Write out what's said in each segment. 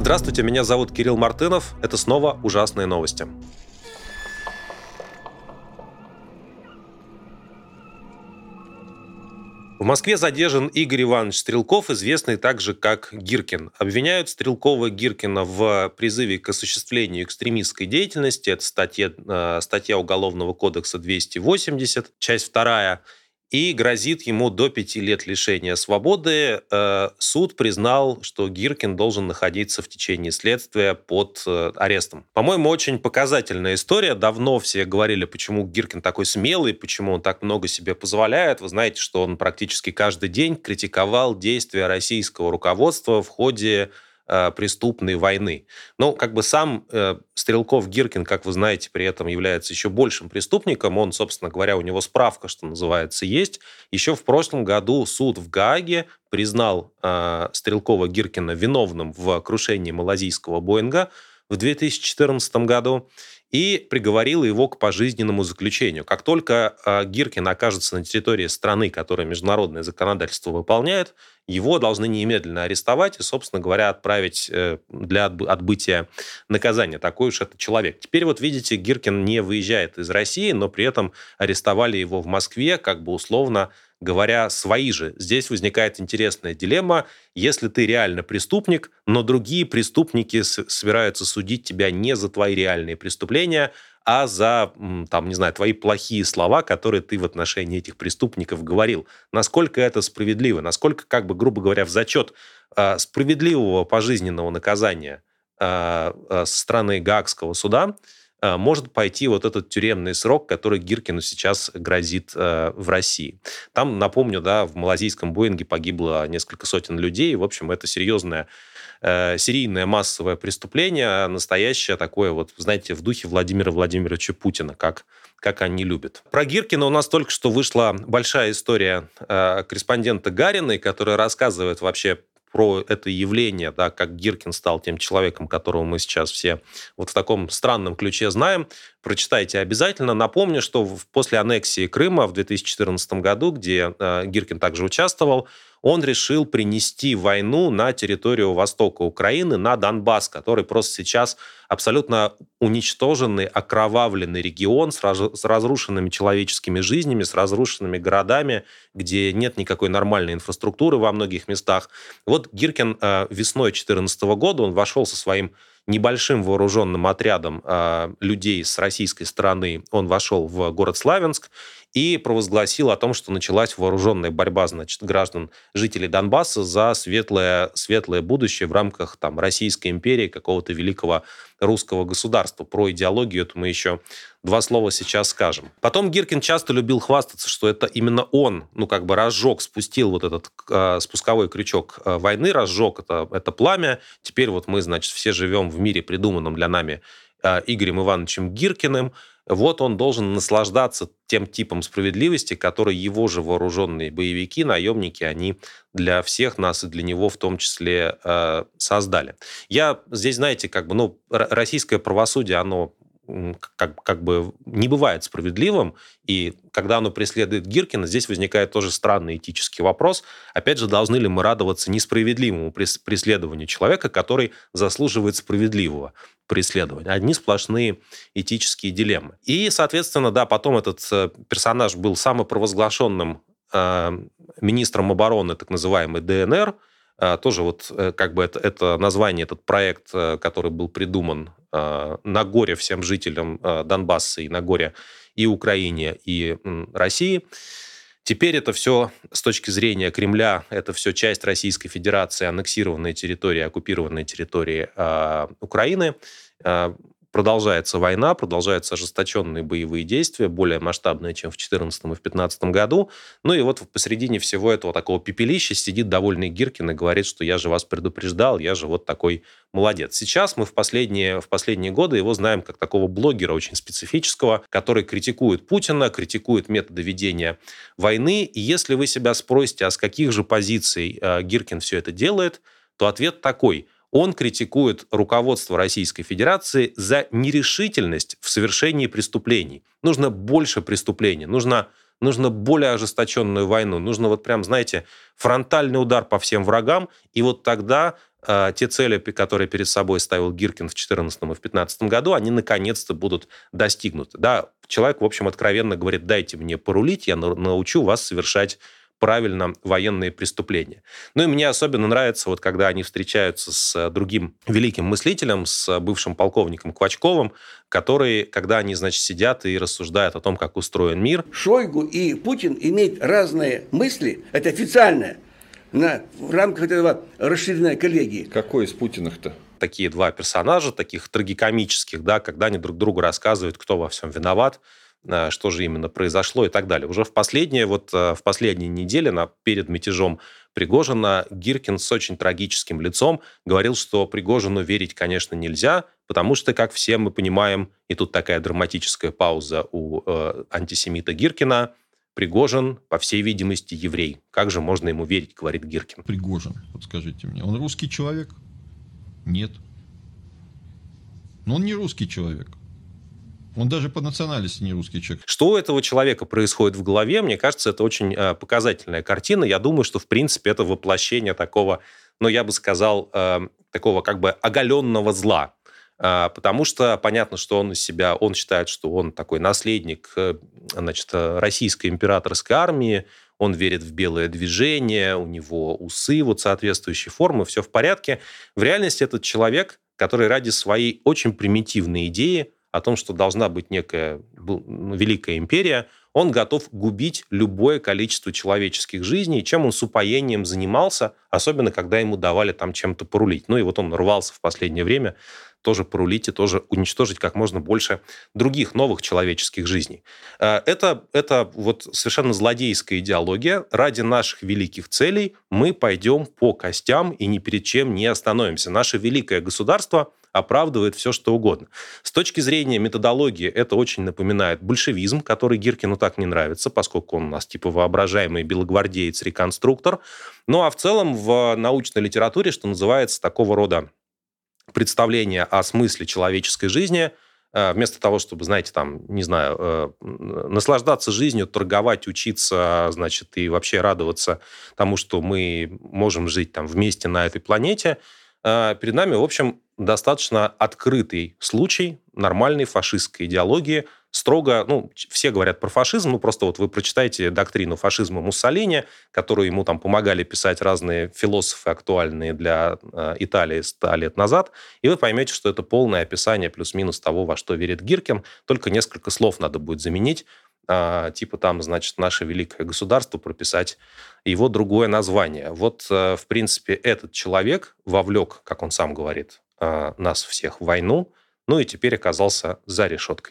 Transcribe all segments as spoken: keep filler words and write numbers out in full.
Здравствуйте, меня зовут Кирилл Мартынов. Это снова «Ужасные новости». В Москве задержан Игорь Иванович Стрелков, известный также как Гиркин. Обвиняют Стрелкова-Гиркина в призыве к осуществлению экстремистской деятельности. Это статья, э, статья Уголовного кодекса двести восемьдесят, часть вторая. И грозит ему до пяти лет лишения свободы. Э, суд признал, что Гиркин должен находиться в течение следствия под э, арестом. По-моему, очень показательная история. Давно все говорили, почему Гиркин такой смелый, почему он так много себе позволяет. Вы знаете, что он практически каждый день критиковал действия российского руководства в ходе э, преступной войны. Но как бы сам э, Стрелков-Гиркин, как вы знаете, при этом является еще большим преступником. Он, собственно говоря, у него справка, что называется, есть. Еще в прошлом году суд в Гааге признал э, Стрелкова-Гиркина виновным в крушении малазийского Боинга в две тысячи четырнадцатом году и приговорил его к пожизненному заключению. Как только э, Гиркин окажется на территории страны, которая международное законодательство выполняет, его должны немедленно арестовать и, собственно говоря, отправить э, для отбытия наказания. Такой уж это человек. Теперь вот видите, Гиркин не выезжает из России, но при этом арестовали его в Москве, как бы условно говоря, свои же. Здесь возникает интересная дилемма. Если ты реально преступник, но другие преступники собираются судить тебя не за твои реальные преступления, а за, там, не знаю, твои плохие слова, которые ты в отношении этих преступников говорил. Насколько это справедливо? Насколько, как бы, грубо говоря, в зачет э, справедливого пожизненного наказания э, э, со стороны Гаагского суда э, может пойти вот этот тюремный срок, который Гиркину сейчас грозит э, в России. Там, напомню, да, в малазийском Боинге погибло несколько сотен людей. В общем, это серьезное э, серийное массовое преступление, настоящее такое, вот, знаете, в духе Владимира Владимировича Путина, как, как они любят. Про Гиркина у нас только что вышла большая история э, корреспондента Гариной, которая рассказывает вообще про это явление, да, как Гиркин стал тем человеком, которого мы сейчас все вот в таком странном ключе знаем. Прочитайте обязательно. Напомню, что после аннексии Крыма в две тысячи четырнадцатом году, где э, Гиркин также участвовал, он решил принести войну на территорию востока Украины, на Донбасс, который просто сейчас абсолютно уничтоженный, окровавленный регион с, раз, с разрушенными человеческими жизнями, с разрушенными городами, где нет никакой нормальной инфраструктуры во многих местах. Вот Гиркин э, весной две тысячи четырнадцатого года, он вошел со своим небольшим вооруженным отрядом э, людей с российской стороны, он вошел в город Славянск и провозгласил о том, что началась вооруженная борьба, значит, граждан, жителей Донбасса за светлое, светлое будущее в рамках там, Российской империи, какого-то великого русского государства. Про идеологию это мы еще два слова сейчас скажем. Потом Гиркин часто любил хвастаться, что это именно он, ну, как бы разжег, спустил вот этот э, спусковой крючок э, войны, разжег это, это пламя. Теперь вот мы, значит, все живем в мире, придуманном для нами э, Игорем Ивановичем Гиркиным. Вот он должен наслаждаться тем типом справедливости, который его же вооруженные боевики, наемники, они для всех нас и для него в том числе э, создали. Я здесь, знаете, как бы, ну, российское правосудие, оно как, как бы не бывает справедливым, и когда оно преследует Гиркина, здесь возникает тоже странный этический вопрос. Опять же, должны ли мы радоваться несправедливому преследованию человека, который заслуживает справедливого преследования? Одни сплошные этические дилеммы. И, соответственно, да, потом этот персонаж был самопровозглашенным э, министром обороны так называемой ДНР. Тоже вот как бы это, это название, этот проект, который был придуман на горе всем жителям Донбасса и на горе и Украине, и России. Теперь это все с точки зрения Кремля, это все часть Российской Федерации, аннексированной территории, оккупированной территории Украины. Продолжается война, продолжаются ожесточенные боевые действия, более масштабные, чем в две тысячи четырнадцатом и в две тысячи пятнадцатом году. Ну и вот посередине всего этого такого пепелища сидит довольный Гиркин и говорит, что я же вас предупреждал, я же вот такой молодец. Сейчас мы в последние, в последние годы его знаем как такого блогера очень специфического, который критикует Путина, критикует методы ведения войны. И если вы себя спросите, а с каких же позиций э, Гиркин все это делает, то ответ такой – он критикует руководство Российской Федерации за нерешительность в совершении преступлений. Нужно больше преступлений, нужно нужно более ожесточенную войну, нужно вот прям, знаете, фронтальный удар по всем врагам, и вот тогда э, те цели, которые перед собой ставил Гиркин в две тысячи четырнадцатом и в две тысячи пятнадцатом году, они наконец-то будут достигнуты. Да, человек, в общем, откровенно говорит, дайте мне порулить, я научу вас совершать правильно военные преступления. Ну и мне особенно нравится, вот когда они встречаются с другим великим мыслителем, с бывшим полковником Квачковым, которые, когда они, значит, сидят и рассуждают о том, как устроен мир. Шойгу и Путин имеют разные мысли, это официально, на, в рамках этого расширенной коллегии. Какой из Путиных-то? Такие два персонажа, таких трагикомических, да, когда они друг другу рассказывают, кто во всем виноват, что же именно произошло и так далее. Уже в последние, вот, в последние недели, на, перед мятежом Пригожина, Гиркин с очень трагическим лицом говорил, что Пригожину верить, конечно, нельзя, потому что, как все мы понимаем, и тут такая драматическая пауза у э, антисемита Гиркина, Пригожин, по всей видимости, еврей. Как же можно ему верить, говорит Гиркин. Пригожин, вот скажите мне, он русский человек? Нет. Но он не русский человек. Он даже по национальности не русский человек. Что у этого человека происходит в голове, мне кажется, это очень э, показательная картина. Я думаю, что, в принципе, это воплощение такого, ну, я бы сказал, э, такого как бы оголенного зла. Э, потому что понятно, что он из себя, он считает, что он такой наследник, э, значит, российской императорской армии, он верит в белое движение, у него усы вот соответствующей формы, все в порядке. В реальности этот человек, который ради своей очень примитивной идеи о том, что должна быть некая великая империя, он готов губить любое количество человеческих жизней, чем он с упоением занимался, особенно когда ему давали там чем-то порулить. Ну и вот он рвался в последнее время тоже порулить и тоже уничтожить как можно больше других новых человеческих жизней. Это, это вот совершенно злодейская идеология. Ради наших великих целей мы пойдем по костям и ни перед чем не остановимся. Наше великое государство оправдывает все, что угодно. С точки зрения методологии это очень напоминает большевизм, который Гиркину так не нравится, поскольку он у нас типа воображаемый белогвардеец-реконструктор. Ну а в целом в научной литературе, что называется, такого рода представление о смысле человеческой жизни, вместо того, чтобы, знаете, там, не знаю, наслаждаться жизнью, торговать, учиться, значит, и вообще радоваться тому, что мы можем жить там вместе на этой планете, перед нами, в общем, достаточно открытый случай нормальной фашистской идеологии, строго, ну, все говорят про фашизм, ну, просто вот вы прочитаете доктрину фашизма Муссолини, которую ему там помогали писать разные философы, актуальные для э, Италии ста лет назад, и вы поймете, что это полное описание плюс-минус того, во что верит Гиркин, только несколько слов надо будет заменить, э, типа там, значит, наше великое государство, прописать его другое название. Вот, э, в принципе, этот человек вовлек, как он сам говорит, э, нас всех в войну, ну и теперь оказался за решеткой.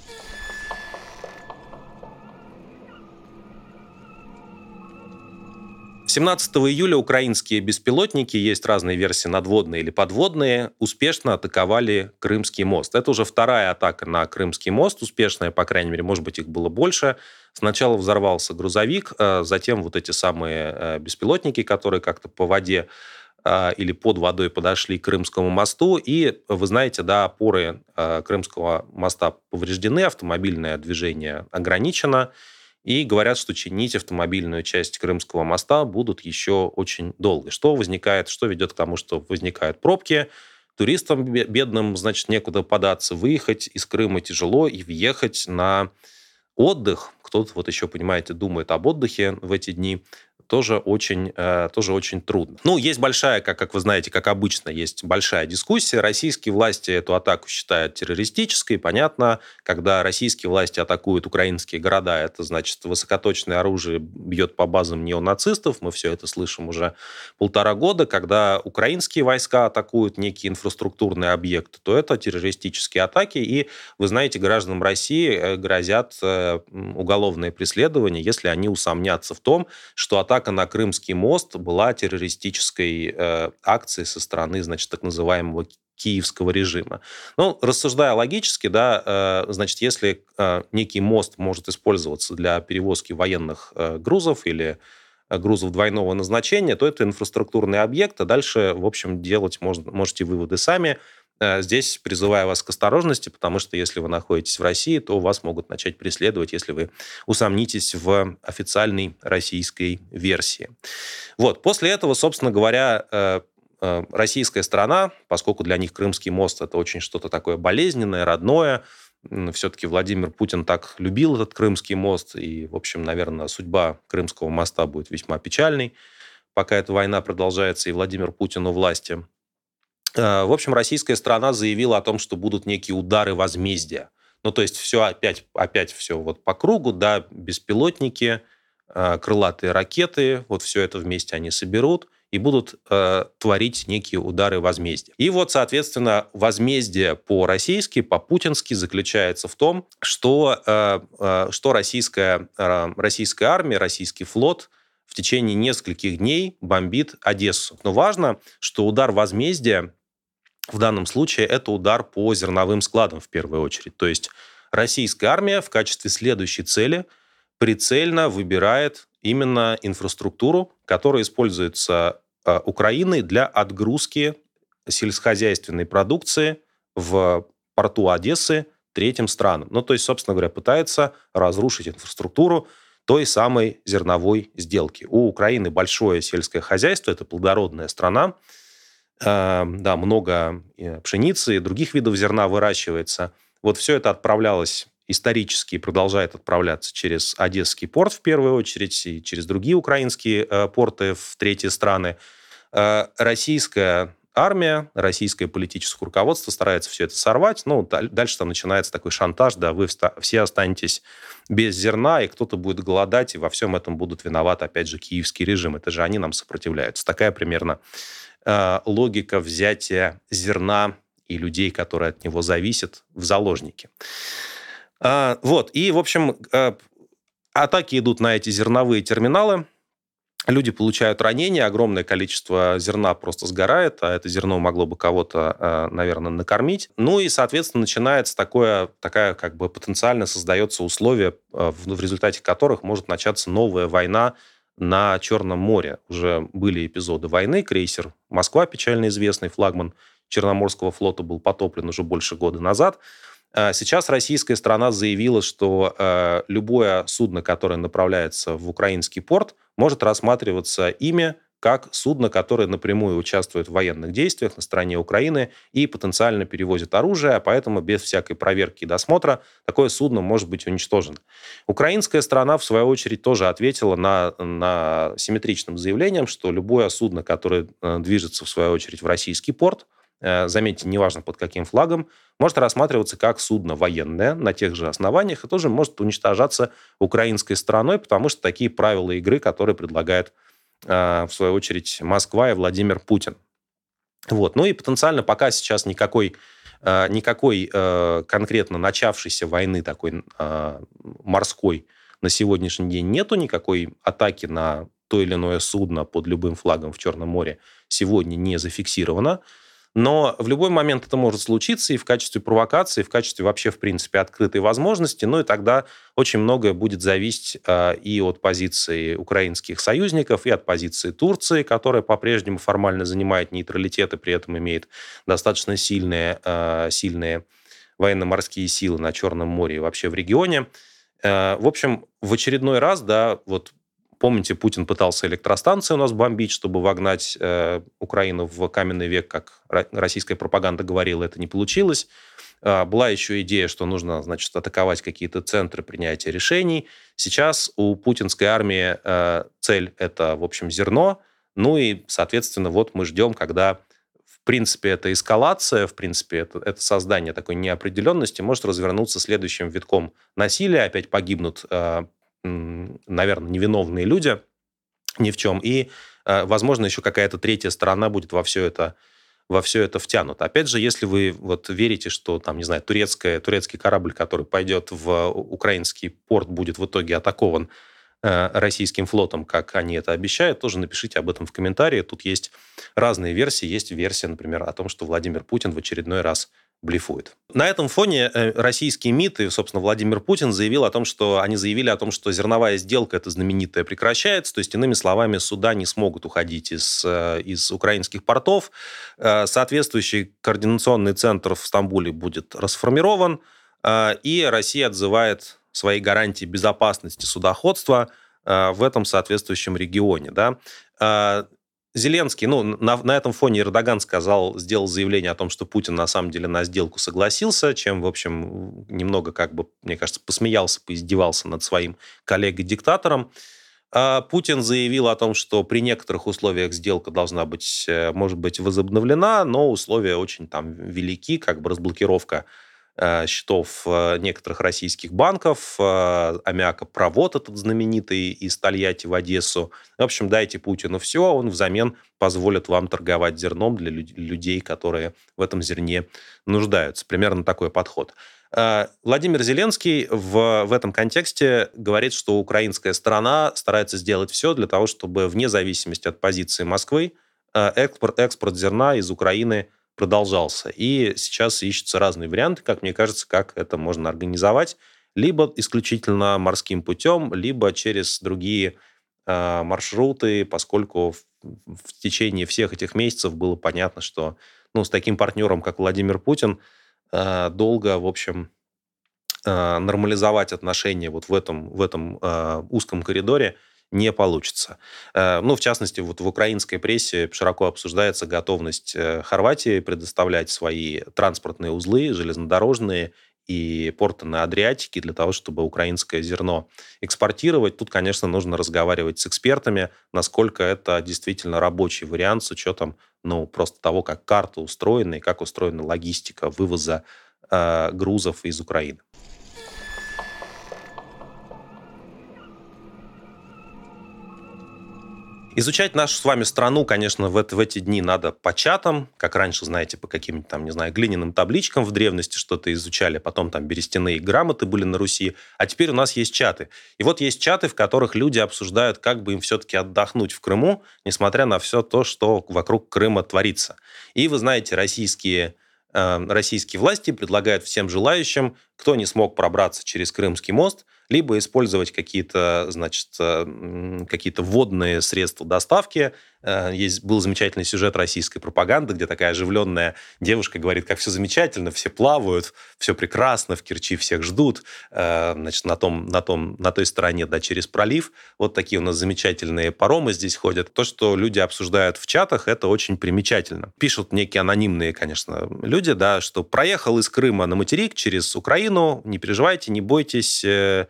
семнадцатого июля украинские беспилотники, есть разные версии, надводные или подводные, успешно атаковали Крымский мост. Это уже вторая атака на Крымский мост, успешная, по крайней мере, может быть, их было больше. Сначала взорвался грузовик, затем вот эти самые беспилотники, которые как-то по воде или под водой подошли к Крымскому мосту. И, вы знаете, да, опоры Крымского моста повреждены, автомобильное движение ограничено. И говорят, что чинить автомобильную часть Крымского моста будут еще очень долго. Что возникает, что ведет к тому, что возникают пробки. Туристам бедным, значит, некуда податься. Выехать из Крыма тяжело и въехать на отдых. Кто-то, вот еще, понимаете, думает об отдыхе в эти дни. Тоже очень, тоже очень трудно. Ну, есть большая, как, как вы знаете, как обычно, есть большая дискуссия. Российские власти эту атаку считают террористической. Понятно, когда российские власти атакуют украинские города, это значит высокоточное оружие бьет по базам неонацистов. Мы все это слышим уже полтора года. Когда украинские войска атакуют некие инфраструктурные объекты, то это террористические атаки. И, вы знаете, гражданам России грозят уголовное преследование, если они усомнятся в том, что атака на Крымский мост была террористической э, акцией со стороны, значит, так называемого киевского режима. Ну, рассуждая логически, да, э, значит, если э, некий мост может использоваться для перевозки военных э, грузов или грузов двойного назначения, то это инфраструктурный объект, а дальше, в общем, делать можно, можете выводы сами. здесь призываю вас к осторожности, потому что если вы находитесь в России, то вас могут начать преследовать, если вы усомнитесь в официальной российской версии. Вот. После этого, собственно говоря, российская сторона, поскольку для них Крымский мост – это очень что-то такое болезненное, родное, все-таки Владимир Путин так любил этот Крымский мост, и, в общем, наверное, судьба Крымского моста будет весьма печальной, пока эта война продолжается и Владимир Путин у власти. В общем, российская сторона заявила о том, что будут некие удары возмездия. Ну, то есть все опять, опять все вот по кругу, да, беспилотники, крылатые ракеты, вот все это вместе они соберут и будут э, творить некие удары возмездия. И вот, соответственно, возмездие по-российски, по-путински заключается в том, что, э, э, что российская, э, российская армия, российский флот в течение нескольких дней бомбит Одессу. Но важно, что удар возмездия в данном случае это удар по зерновым складам в первую очередь. То есть российская армия в качестве следующей цели прицельно выбирает именно инфраструктуру, которая используется э, Украиной для отгрузки сельскохозяйственной продукции в порту Одессы третьим странам. Ну, то есть, собственно говоря, пытается разрушить инфраструктуру той самой зерновой сделки. У Украины большое сельское хозяйство, это плодородная страна, э, да, много пшеницы и других видов зерна выращивается. Вот все это отправлялось исторически продолжает отправляться через Одесский порт в первую очередь и через другие украинские э, порты в третьи страны. Э, российская армия, российское политическое руководство старается все это сорвать. Ну, дальше там начинается такой шантаж, да, вы все останетесь без зерна, и кто-то будет голодать, и во всем этом будут виноваты, опять же, киевский режим. Это же они нам сопротивляются. Такая примерно э, логика взятия зерна и людей, которые от него зависят, в заложники. А, вот, и, в общем, а, атаки идут на эти зерновые терминалы, люди получают ранения, огромное количество зерна просто сгорает, а это зерно могло бы кого-то, а, наверное, накормить. Ну и, соответственно, начинается такое, такая, как бы, потенциально создается условие, в, в результате которых может начаться новая война на Черном море. Уже были эпизоды войны, крейсер «Москва», печально известный флагман Черноморского флота, был потоплен уже больше года назад. Сейчас российская сторона заявила, что э, любое судно, которое направляется в украинский порт, может рассматриваться ими как судно, которое напрямую участвует в военных действиях на стороне Украины и потенциально перевозит оружие, а поэтому без всякой проверки и досмотра такое судно может быть уничтожено. Украинская сторона, в свою очередь, тоже ответила на, на симметричным заявлением, что любое судно, которое движется, в свою очередь, в российский порт, заметьте, неважно под каким флагом, может рассматриваться как судно военное на тех же основаниях и тоже может уничтожаться украинской стороной, потому что такие правила игры, которые предлагает, в свою очередь, Москва и Владимир Путин. Вот. Ну и потенциально пока сейчас никакой, никакой конкретно начавшейся войны такой морской на сегодняшний день нету, никакой атаки на то или иное судно под любым флагом в Черном море сегодня не зафиксировано. Но в любой момент это может случиться и в качестве провокации, и в качестве вообще, в принципе, открытой возможности. Ну и тогда очень многое будет зависеть э, и от позиции украинских союзников, и от позиции Турции, которая по-прежнему формально занимает нейтралитет и при этом имеет достаточно сильные, э, сильные военно-морские силы на Черном море и вообще в регионе. Э, в общем, в очередной раз, да, вот помните, Путин пытался электростанции у нас бомбить, чтобы вогнать э, Украину в каменный век, как российская пропаганда говорила, это не получилось. Э, была еще идея, что нужно, значит, атаковать какие-то центры принятия решений. Сейчас у путинской армии э, цель – это, в общем, зерно. Ну и, соответственно, вот мы ждем, когда, в принципе, эта эскалация, в принципе, это, это создание такой неопределенности может развернуться следующим витком насилия. Опять погибнут э, наверное, невиновные люди ни в чем. И, возможно, еще какая-то третья сторона будет во все это, во все это втянута. Опять же, если вы вот верите, что, там, не знаю, турецкая, турецкий корабль, который пойдет в украинский порт, будет в итоге атакован российским флотом, как они это обещают, тоже напишите об этом в комментарии. Тут есть разные версии. Есть версия, например, о том, что Владимир Путин в очередной раз блефует. На этом фоне российские МИД и, собственно, Владимир Путин заявил о том, что они заявили о том, что зерновая сделка, эта знаменитая, прекращается. То есть, иными словами, суда не смогут уходить из, из украинских портов. Соответствующий координационный центр в Стамбуле будет расформирован, и Россия отзывает свои гарантии безопасности судоходства в этом соответствующем регионе. Да? Зеленский, ну, на, на этом фоне Эрдоган сказал, сделал заявление о том, что Путин на самом деле на сделку согласился, чем, в общем, немного, как бы, мне кажется, посмеялся, поиздевался над своим коллегой-диктатором. А Путин заявил о том, что при некоторых условиях сделка должна быть, может быть, возобновлена, но условия очень там велики, как бы разблокировка счетов некоторых российских банков, аммиакопровод этот знаменитый из Тольятти в Одессу. В общем, дайте Путину все, он взамен позволит вам торговать зерном для людей, которые в этом зерне нуждаются. Примерно такой подход. Владимир Зеленский в, в этом контексте говорит, что украинская сторона старается сделать все для того, чтобы вне зависимости от позиции Москвы экспорт, экспорт зерна из Украины продолжался. И сейчас ищутся разные варианты, как мне кажется, как это можно организовать. Либо исключительно морским путем, либо через другие э, маршруты, поскольку в, в течение всех этих месяцев было понятно, что ну, с таким партнером, как Владимир Путин, э, долго, в общем, э, нормализовать отношения вот в этом, в этом э, узком коридоре не получится. Ну, в частности, вот в украинской прессе широко обсуждается готовность Хорватии предоставлять свои транспортные узлы, железнодорожные и порты на Адриатике для того, чтобы украинское зерно экспортировать. Тут, конечно, нужно разговаривать с экспертами, насколько это действительно рабочий вариант с учетом, ну, просто того, как карта устроена и как устроена логистика вывоза э, грузов из Украины. Изучать нашу с вами страну, конечно, в, это, в эти дни надо по чатам, как раньше, знаете, по каким-нибудь там, не знаю, глиняным табличкам в древности что-то изучали, потом там берестяные грамоты были на Руси, а теперь у нас есть чаты. И вот есть чаты, в которых люди обсуждают, как бы им все-таки отдохнуть в Крыму, несмотря на все то, что вокруг Крыма творится. И вы знаете, российские, э, российские власти предлагают всем желающим, кто не смог пробраться через Крымский мост, либо использовать какие-то, значит, какие-то водные средства доставки. Есть, был замечательный сюжет российской пропаганды, где такая оживленная девушка говорит, как все замечательно, все плавают, все прекрасно, в Керчи всех ждут, значит, на, том, на, том, на той стороне, да, через пролив. Вот такие у нас замечательные паромы здесь ходят. То, что люди обсуждают в чатах, это очень примечательно. Пишут некие анонимные, конечно, люди, да, что проехал из Крыма на материк через Украину, не переживайте, не бойтесь,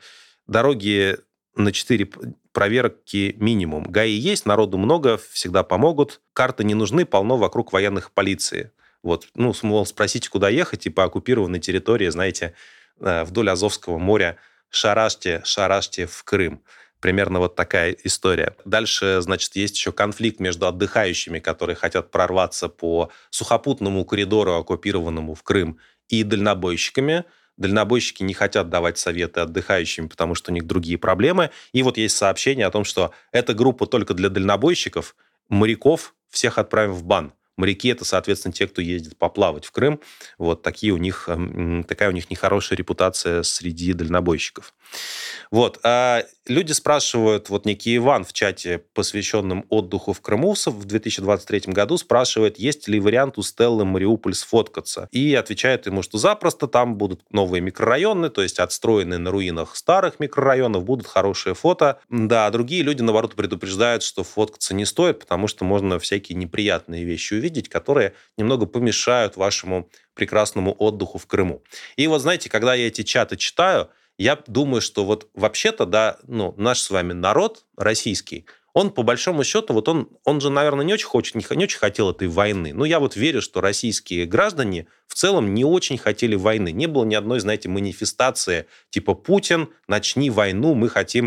дороги на четыре проверки минимум. ГАИ есть, народу много, всегда помогут. Карты не нужны, полно вокруг военных полиции. Вот, ну, мол, спросите, куда ехать, и по оккупированной территории, знаете, вдоль Азовского моря шарашьте, шарашьте в Крым. Примерно вот такая история. Дальше, значит, есть еще конфликт между отдыхающими, которые хотят прорваться по сухопутному коридору, оккупированному в Крым, и дальнобойщиками. Дальнобойщики не хотят давать советы отдыхающим, потому что у них другие проблемы. И вот есть сообщение о том, что эта группа только для дальнобойщиков, моряков всех отправим в бан. Моряки – это, соответственно, те, кто ездит поплавать в Крым. Вот такие у них, такая у них нехорошая репутация среди дальнобойщиков. Вот. А люди спрашивают, вот некий Иван в чате, посвященном отдыху в Крыму в две тысячи двадцать третьем году, спрашивает, есть ли вариант у Стеллы Мариуполь сфоткаться. И отвечает ему, что запросто, там будут новые микрорайоны, то есть отстроенные на руинах старых микрорайонов, будут хорошие фото. Да, другие люди, наоборот, предупреждают, что фоткаться не стоит, потому что можно всякие неприятные вещи увидеть, которые немного помешают вашему прекрасному отдыху в Крыму. И вот, знаете, когда я эти чаты читаю, я думаю, что вот вообще-то, да, ну, наш с вами народ российский, он, по большому счету, вот он, он же, наверное, не очень хочет, не, не очень хотел этой войны. Но я вот верю, что российские граждане в целом не очень хотели войны. Не было ни одной, знаете, манифестации типа «Путин, начни войну, мы хотим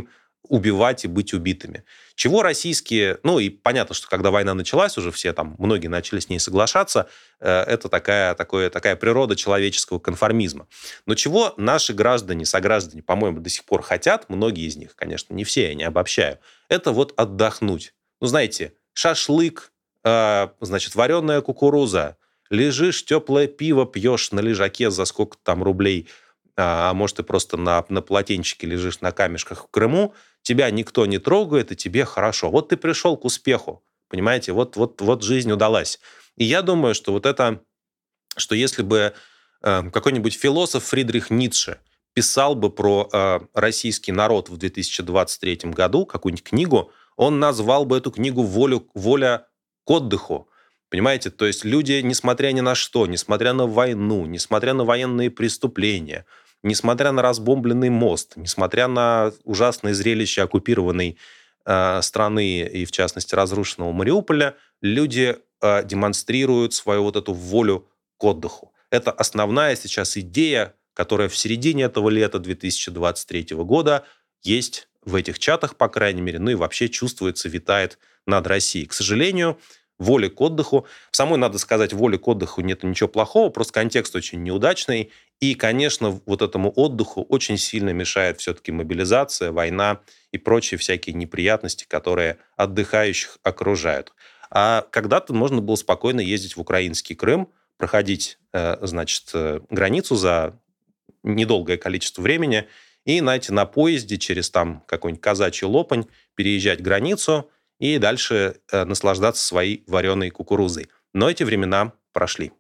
убивать и быть убитыми. Чего российские... Ну, и понятно, что когда война началась, уже все там, многие начали с ней соглашаться. Это такая, такое, такая природа человеческого конформизма. Но чего наши граждане, сограждане, по-моему, до сих пор хотят, многие из них, конечно, не все, я не обобщаю, это вот отдохнуть. Ну, знаете, шашлык, значит, вареная кукуруза, лежишь, теплое пиво пьешь на лежаке за сколько там рублей, а может, ты просто на, на полотенчике лежишь на камешках в Крыму, тебя никто не трогает, и тебе хорошо. Вот ты пришел к успеху, понимаете, вот, вот, вот жизнь удалась. И я думаю, что вот это, что если бы э, какой-нибудь философ Фридрих Ницше писал бы про э, российский народ в две тысячи двадцать третьем году, какую-нибудь книгу, он назвал бы эту книгу «Волю, «Воля к отдыху». Понимаете, то есть люди, несмотря ни на что, несмотря на войну, несмотря на военные преступления, несмотря на разбомбленный мост, несмотря на ужасное зрелище оккупированной э, страны и, в частности, разрушенного Мариуполя, люди э, демонстрируют свою вот эту волю к отдыху. Это основная сейчас идея, которая в середине этого лета две тысячи двадцать третьего года есть в этих чатах, по крайней мере, ну и вообще чувствуется, витает над Россией. К сожалению, воли к отдыху. В самой, надо сказать, воли к отдыху нет ничего плохого, просто контекст очень неудачный. И, конечно, вот этому отдыху очень сильно мешает все-таки мобилизация, война и прочие всякие неприятности, которые отдыхающих окружают. А когда-то можно было спокойно ездить в украинский Крым, проходить, значит, границу за недолгое количество времени и, знаете, на поезде через там какой-нибудь казачий Лопань переезжать границу и дальше э, наслаждаться своей вареной кукурузой. Но эти времена прошли.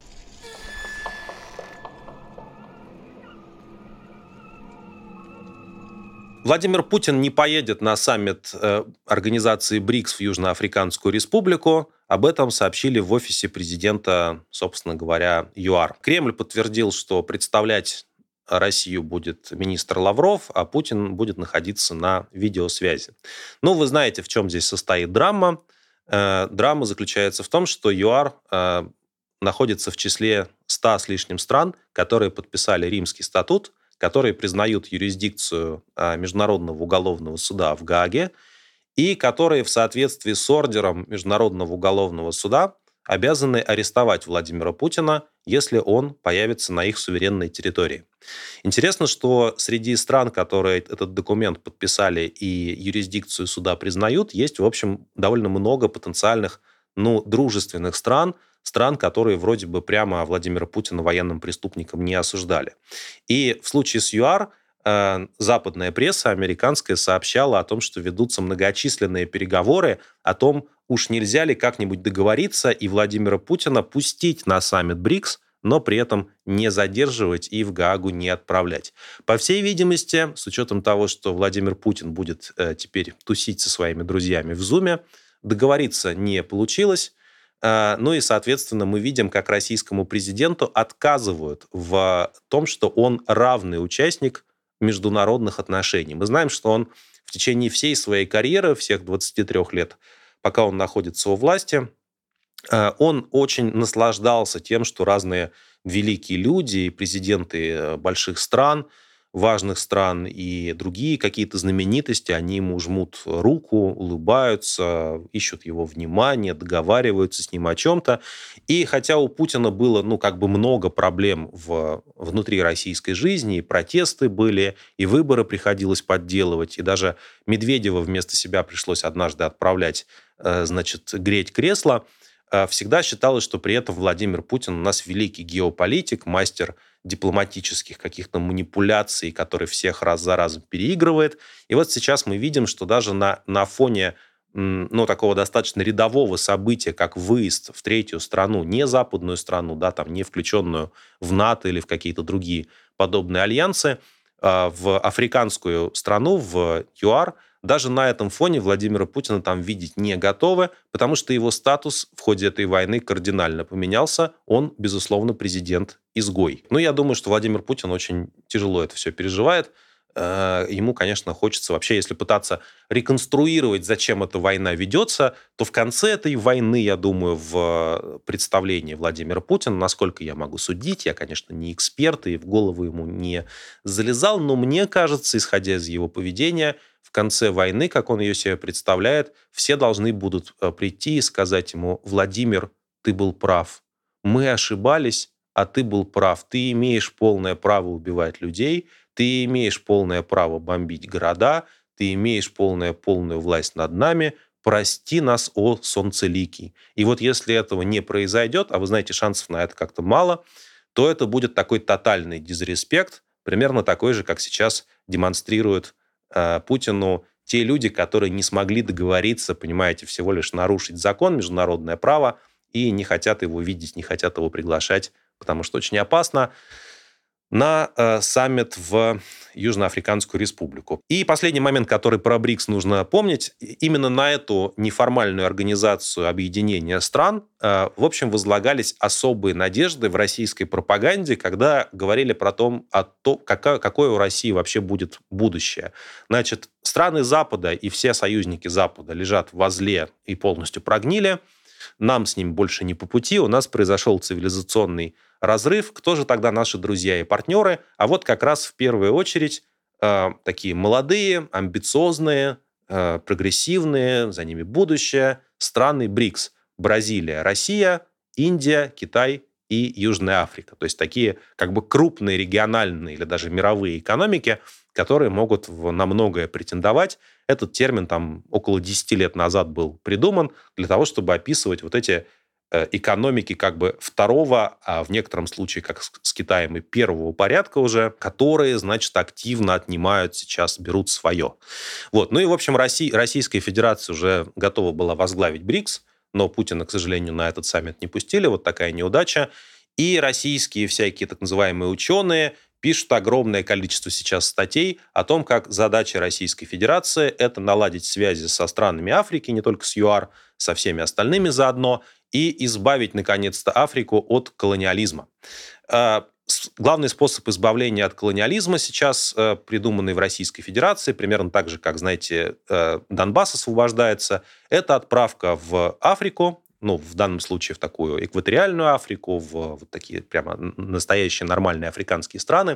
Владимир Путин не поедет на саммит э, организации БРИКС в Южноафриканскую республику. Об этом сообщили в офисе президента, собственно говоря, ЮАР. Кремль подтвердил, что представлять Россию будет министр Лавров, а Путин будет находиться на видеосвязи. Ну, вы знаете, в чем здесь состоит драма. Э, драма заключается в том, что ЮАР э, находится в числе ста с лишним стран, которые подписали Римский статут, которые признают юрисдикцию э, Международного уголовного суда в Гааге и которые в соответствии с ордером Международного уголовного суда обязаны арестовать Владимира Путина, если он появится на их суверенной территории. Интересно, что среди стран, которые этот документ подписали и юрисдикцию суда признают, есть, в общем, довольно много потенциальных, ну, дружественных стран, стран, которые вроде бы прямо Владимира Путина военным преступником не осуждали. И в случае с ЮАР э, западная пресса американская сообщала о том, что ведутся многочисленные переговоры о том, уж нельзя ли как-нибудь договориться и Владимира Путина пустить на саммит БРИКС, но при этом не задерживать и в Гаагу не отправлять. По всей видимости, с учетом того, что Владимир Путин будет э, теперь тусить со своими друзьями в Зуме, договориться не получилось. Э, ну и, соответственно, мы видим, как российскому президенту отказывают в том, что он равный участник международных отношений. Мы знаем, что он в течение всей своей карьеры, всех двадцати трёх лет, пока он находится у власти, он очень наслаждался тем, что разные великие люди и президенты больших стран, важных стран и другие какие-то знаменитости, они ему жмут руку, улыбаются, ищут его внимание, договариваются с ним о чем-то. И хотя у Путина было, ну, как бы много проблем в, внутри российской жизни, и протесты были, и выборы приходилось подделывать, и даже Медведева вместо себя пришлось однажды отправлять, значит, греть кресло, всегда считалось, что при этом Владимир Путин у нас великий геополитик, мастер дипломатических каких-то манипуляций, который всех раз за разом переигрывает. И вот сейчас мы видим, что даже на, на фоне ну, такого достаточно рядового события, как выезд в третью страну, не западную страну, да, там, не включенную в НАТО или в какие-то другие подобные альянсы, в африканскую страну, в ЮАР, даже на этом фоне Владимира Путина там видеть не готовы, потому что его статус в ходе этой войны кардинально поменялся. Он, безусловно, президент-изгой. Но я думаю, что Владимир Путин очень тяжело это все переживает. Ему, конечно, хочется вообще, если пытаться реконструировать, зачем эта война ведется, то в конце этой войны, я думаю, в представлении Владимира Путина, насколько я могу судить, я, конечно, не эксперт и в голову ему не залезал, но мне кажется, исходя из его поведения, в конце войны, как он ее себе представляет, все должны будут прийти и сказать ему: Владимир, ты был прав. Мы ошибались, а ты был прав. Ты имеешь полное право убивать людей, ты имеешь полное право бомбить города, ты имеешь полное, полную власть над нами. Прости нас, о солнцеликий. И вот если этого не произойдет, а вы знаете, шансов на это как-то мало, то это будет такой тотальный дизреспект, примерно такой же, как сейчас демонстрируют э, Путину те люди, которые не смогли договориться, понимаете, всего лишь нарушить закон, международное право, и не хотят его видеть, не хотят его приглашать, потому что очень опасно, на э, саммит в Южноафриканскую республику. И последний момент, который про БРИКС нужно помнить, именно на эту неформальную организацию объединения стран, э, в общем, возлагались особые надежды в российской пропаганде, когда говорили про том, о том какое, какое у России вообще будет будущее. Значит, страны Запада и все союзники Запада лежат возле и полностью прогнили, нам с ним больше не по пути, у нас произошел цивилизационный разрыв. Кто же тогда наши друзья и партнеры? А вот как раз в первую очередь э, такие молодые, амбициозные, э, прогрессивные, за ними будущее страны БРИКС. Бразилия, Россия, Индия, Китай и Южная Африка. То есть такие как бы крупные региональные или даже мировые экономики, которые могут на многое претендовать. Этот термин там около десяти лет назад был придуман для того, чтобы описывать вот эти экономики как бы второго, а в некотором случае, как с Китаем, и первого порядка уже, которые, значит, активно отнимают сейчас, берут свое. Вот. Ну и, в общем, Россия, Российская Федерация уже готова была возглавить БРИКС, но Путина, к сожалению, на этот саммит не пустили. Вот такая неудача. И российские всякие так называемые ученые пишут огромное количество сейчас статей о том, как задача Российской Федерации – это наладить связи со странами Африки, не только с ЮАР, со всеми остальными заодно, и избавить, наконец-то, Африку от колониализма. Главный способ избавления от колониализма сейчас придуманный в Российской Федерации, примерно так же, как, знаете, Донбасс освобождается, это отправка в Африку, ну, в данном случае в такую экваториальную Африку, в вот такие прямо настоящие нормальные африканские страны,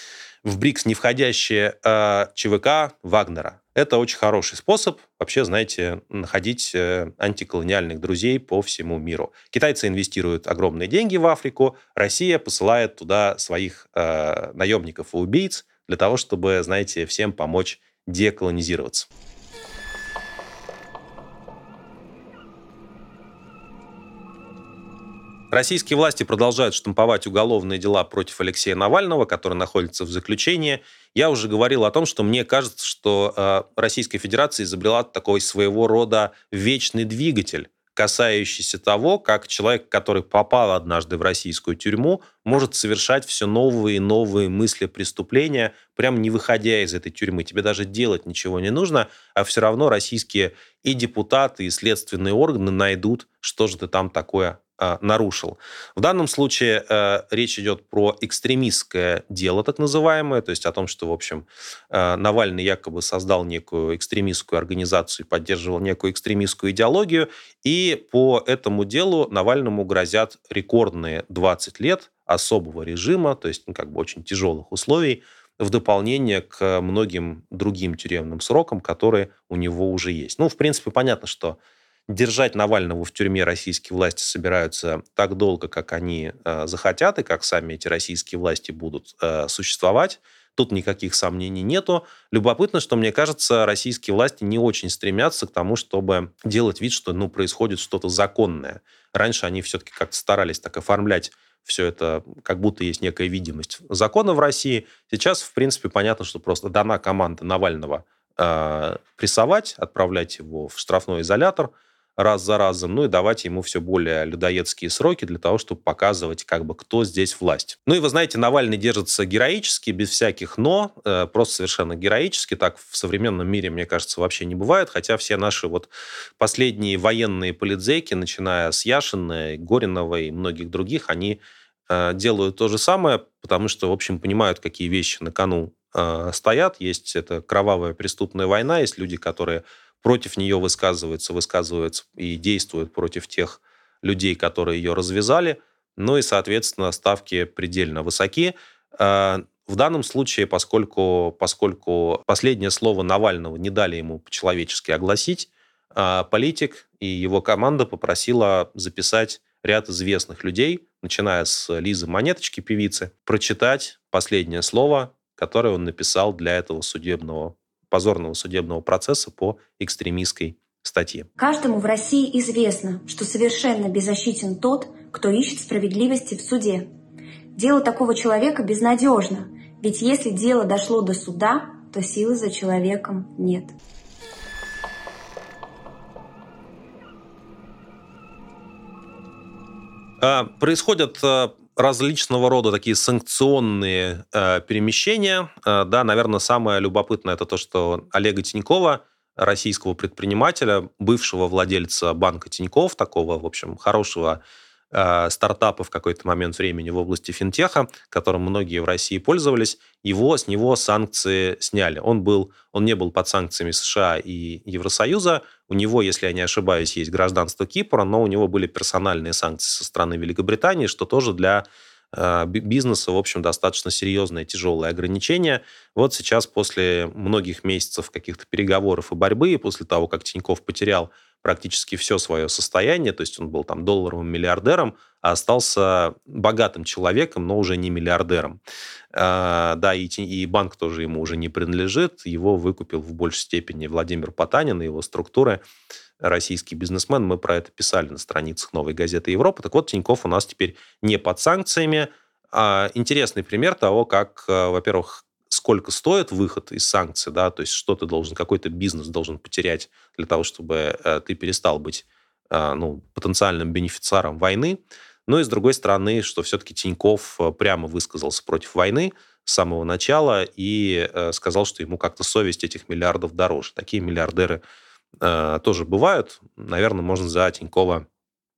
в БРИКС не входящие ЧВК Вагнера. Это очень хороший способ вообще, знаете, находить антиколониальных друзей по всему миру. Китайцы инвестируют огромные деньги в Африку, Россия посылает туда своих э, наемников и убийц для того, чтобы, знаете, всем помочь деколонизироваться. Российские власти продолжают штамповать уголовные дела против Алексея Навального, который находится в заключении. Я уже говорил о том, что мне кажется, что э, Российская Федерация изобрела такой своего рода вечный двигатель, касающийся того, как человек, который попал однажды в российскую тюрьму, может совершать все новые и новые мысли преступления, прям не выходя из этой тюрьмы. Тебе даже делать ничего не нужно, а все равно российские и депутаты, и следственные органы найдут, что же ты там такое нарушил. В данном случае э, речь идет про экстремистское дело, так называемое, то есть о том, что, в общем, э, Навальный якобы создал некую экстремистскую организацию и поддерживал некую экстремистскую идеологию, и по этому делу Навальному грозят рекордные двадцать лет особого режима, то есть ну, как бы очень тяжелых условий, в дополнение к многим другим тюремным срокам, которые у него уже есть. Ну, в принципе, понятно, что держать Навального в тюрьме российские власти собираются так долго, как они э, захотят, и как сами эти российские власти будут э, существовать. Тут никаких сомнений нету. Любопытно, что, мне кажется, российские власти не очень стремятся к тому, чтобы делать вид, что ну, происходит что-то законное. Раньше они все-таки как-то старались так оформлять все это, как будто есть некая видимость закона в России. Сейчас, в принципе, понятно, что просто дана команда Навального э, прессовать, отправлять его в штрафной изолятор раз за разом, ну и давать ему все более людоедские сроки для того, чтобы показывать, как бы, кто здесь власть. Ну и вы знаете, Навальный держится героически, без всяких «но», э, просто совершенно героически. Так в современном мире, мне кажется, вообще не бывает, хотя все наши вот последние военные политзеки, начиная с Яшина, Горинова и многих других, они э, делают то же самое, потому что, в общем, понимают, какие вещи на кону э, стоят. Есть эта кровавая преступная война, есть люди, которые против нее высказываются, высказываются и действуют против тех людей, которые ее развязали. Ну и, соответственно, ставки предельно высоки. в данном случае, поскольку, поскольку последнее слово Навального не дали ему по-человечески огласить, политик и его команда попросила записать ряд известных людей, начиная с Лизы Монеточки, певицы, прочитать последнее слово, которое он написал для этого судебного, позорного судебного процесса по экстремистской статье. Каждому в России известно, что совершенно беззащитен тот, кто ищет справедливости в суде. Дело такого человека безнадежно, ведь если дело дошло до суда, то силы за человеком нет. Происходят различного рода такие санкционные перемещения. Да, наверное, самое любопытное это то, что Олега Тинькова, российского предпринимателя, бывшего владельца банка Тинькофф, такого, в общем, хорошего э, стартапа в какой-то момент времени в области финтеха, которым многие в России пользовались, его, с него санкции сняли. Он, был, он не был под санкциями США и Евросоюза. У него, если я не ошибаюсь, есть гражданство Кипра, но у него были персональные санкции со стороны Великобритании, что тоже для бизнеса, в общем, достаточно серьезное, тяжелое ограничение. Вот сейчас, после многих месяцев каких-то переговоров и борьбы, и после того, как Тинькофф потерял практически все свое состояние, то есть он был там долларовым миллиардером, а остался богатым человеком, но уже не миллиардером. Да, и, и банк тоже ему уже не принадлежит. Его выкупил в большей степени Владимир Потанин и его структуры. Российский бизнесмен, мы про это писали на страницах «Новой газеты Европы». Так вот, Тинькофф у нас теперь не под санкциями. Интересный пример того, как, во-первых, сколько стоит выход из санкций, да, то есть что ты должен, какой-то бизнес должен потерять для того, чтобы ты перестал быть, ну, потенциальным бенефициаром войны. Ну и, с другой стороны, что все-таки Тинькофф прямо высказался против войны с самого начала и сказал, что ему как-то совесть этих миллиардов дороже. Такие миллиардеры тоже бывают. Наверное, можно за Тинькова